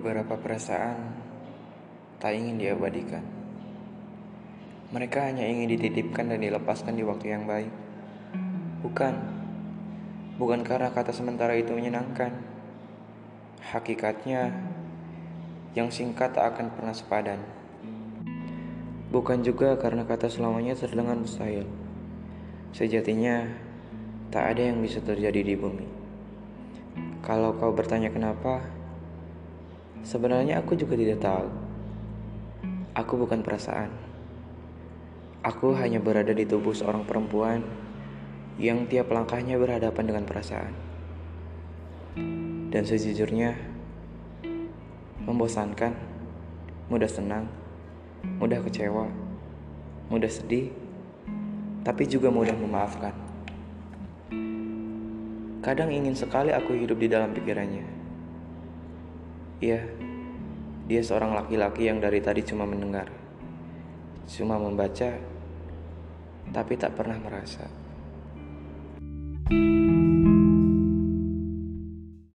Beberapa perasaan tak ingin diabadikan. Mereka hanya ingin dititipkan dan dilepaskan di waktu yang baik. Bukan, bukan karena kata sementara itu menyenangkan. Hakikatnya, yang singkat tak akan pernah sepadan. Bukan juga karena kata selamanya terdengar mustahil. Sejatinya, tak ada yang bisa terjadi di bumi. Kalau kau bertanya kenapa, sebenarnya aku juga tidak tahu. Aku bukan perasaan. Aku hanya berada di tubuh seorang perempuan yang tiap langkahnya berhadapan dengan perasaan. Dan sejujurnya, membosankan, mudah senang, mudah kecewa, mudah sedih, tapi juga mudah memaafkan. Kadang ingin sekali aku hidup di dalam pikirannya. Iya, dia seorang laki-laki yang dari tadi cuma mendengar, cuma membaca, tapi tak pernah merasa.